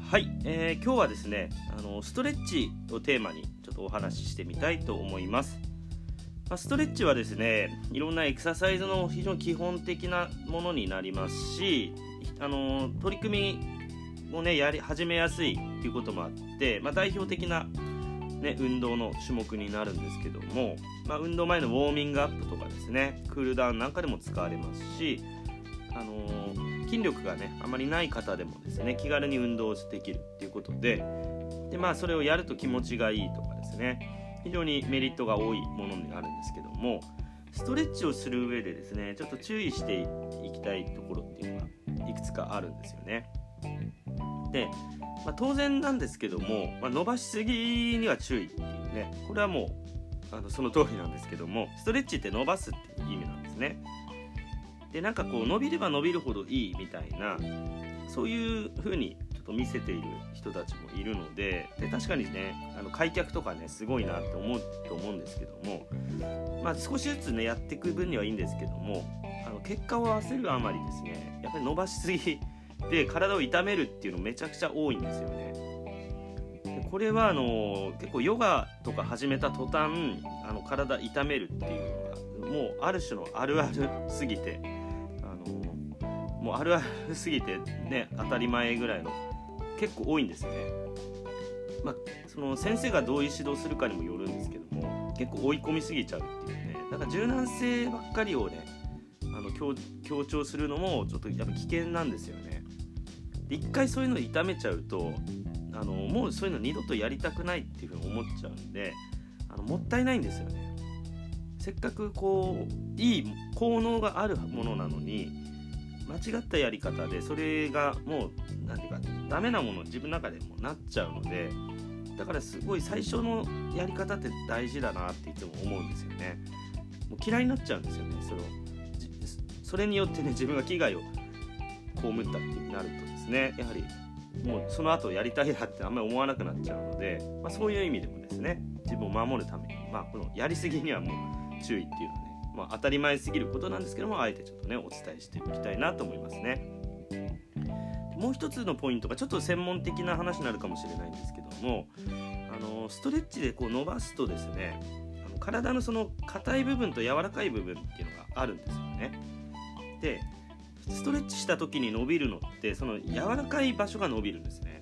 はい、今日はですねストレッチをテーマにちょっとお話ししてみたいと思います。ストレッチはですねいろんなエクササイズの非常に基本的なものになりますし、取り組みをね始めやすいということもあって、代表的な、運動の種目になるんですけども、運動前のウォーミングアップとかですねクールダウンなんかでも使われますし、筋力がねあまりない方でもですね気軽に運動できるっていうことで、それをやると気持ちがいいとかですね非常にメリットが多いものになるんですけども、ストレッチをする上でですねちょっと注意していきたいところっていうのがいくつかあるんですよね。で、当然なんですけども、伸ばしすぎには注意っていうね、これはもうその通りなんですけども、ストレッチって伸ばすっていう意味なんですね。で伸びれば伸びるほどいいみたいな、そういう風にちょっと見せている人たちもいるので、確かにね開脚とかねすごいなって思うと思うんですけども、少しずつねやっていく分にはいいんですけども、結果を合わせるあまりですねやっぱり伸ばしすぎで体を痛めるっていうのめちゃくちゃ多いんですよね。でこれは結構ヨガとか始めた途端体痛めるっていうのがもうある種のあるあるすぎて、もうあるあるすぎてね当たり前ぐらいの結構多いんですよね。その先生がどういう指導するかにもよるんですけども、結構追い込みすぎちゃうっていうね、だから柔軟性ばっかりをね強調するのもちょっとやっぱ危険なんですよね。で一回そういうの痛めちゃうともうそういうの二度とやりたくないっていうふうに思っちゃうんで、もったいないんですよね。せっかくいい効能があるものなのに間違ったやり方でそれがもうなんていうかダメなもの自分の中でもなっちゃうので、だからすごい最初のやり方って大事だなっていつも思うんですよね。もう嫌いになっちゃうんですよね。それによってね自分が危害を被ったってなるとですね、やはりもうその後やりたいなってあんまり思わなくなっちゃうので、そういう意味でもですね自分を守るために、このやりすぎにはもう注意っていうのね、当たり前すぎることなんですけども、あえてちょっとねお伝えしておきたいなと思いますね。もう一つのポイントがちょっと専門的な話になるかもしれないんですけども、ストレッチで伸ばすとですね体のその硬い部分と柔らかい部分っていうのがあるんですよね。でストレッチした時に伸びるのってその柔らかい場所が伸びるんですね。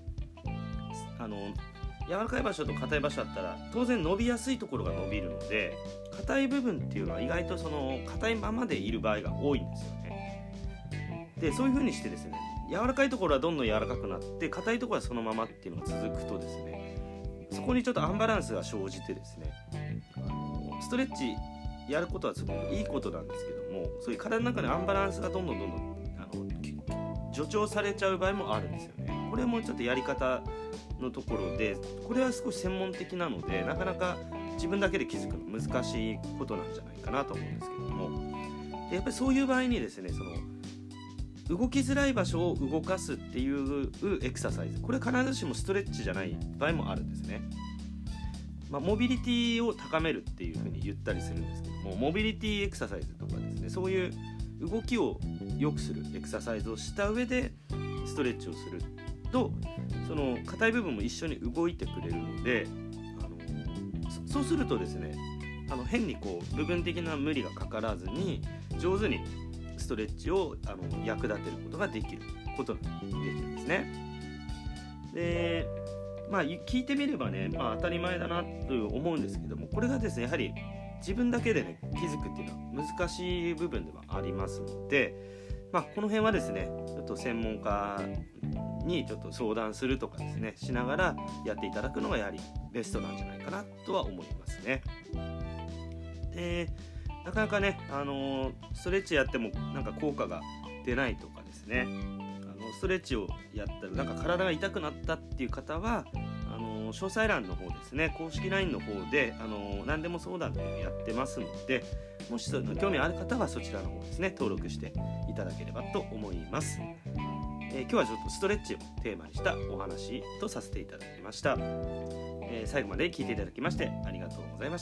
柔らかい場所と硬い場所だったら当然伸びやすいところが伸びるので、硬い部分っていうのは意外とその硬いままでいる場合が多いんですよね。でそういう風にしてですね柔らかいところはどんどん柔らかくなって硬いところはそのままっていうのが続くとですね、そこにちょっとアンバランスが生じてですねストレッチやることはすごくいいことなんですけども、そういう体の中でアンバランスがどんどん助長されちゃう場合もあるんですよね。これもちょっとやり方のところで、これは少し専門的なのでなかなか自分だけで気づくの難しいことなんじゃないかなと思うんですけども、でやっぱりそういう場合にですね動きづらい場所を動かすっていうエクササイズ、これ必ずしもストレッチじゃない場合もあるんですね。モビリティを高めるっていう風に言ったりするんですけども、モビリティエクササイズとかですね、そういう動きを良くするエクササイズをした上でストレッチをするとその硬い部分も一緒に動いてくれるので、そうするとですね変に部分的な無理がかからずに上手にストレッチを役立てることができることができるんですね。で聞いてみればね、当たり前だなと思うんですけども、これがですねやはり自分だけでね気づくっていうのは難しい部分ではありますので、この辺はですねちょっと専門家にちょっと相談するとかですねしながらやっていただくのがやはりベストなんじゃないかなとは思いますね。でなかなかねストレッチやってもなんか効果が出ないとかですね、ストレッチをやったらなんか体が痛くなったっていう方は詳細欄の方ですね公式 LINE の方で何でも相談でやってますので、もし興味ある方はそちらの方ですね登録していただければと思います。今日はちょっとストレッチをテーマにしたお話とさせていただきました。最後まで聞いていただきましてありがとうございました。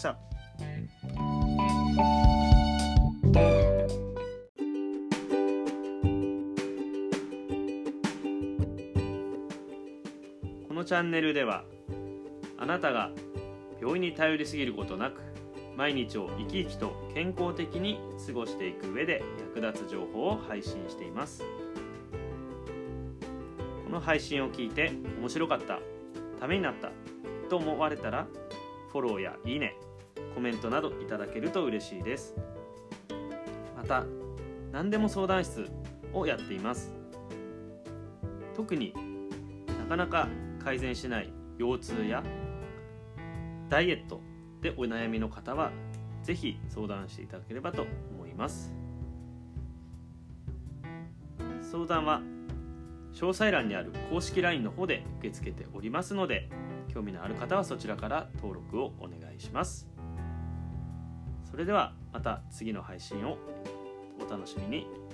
のチャンネルではあなたが病院に頼りすぎることなく毎日を生き生きと健康的に過ごしていく上で役立つ情報を配信しています。この配信を聞いて面白かった、ためになったと思われたらフォローやいいね、コメントなどいただけると嬉しいです。また何でも相談室をやっています。特になかなか改善しない腰痛やダイエットでお悩みの方はぜひ相談していただければと思います。相談は詳細欄にある公式 LINE の方で受け付けておりますので、興味のある方はそちらから登録をお願いします。それではまた次の配信をお楽しみに。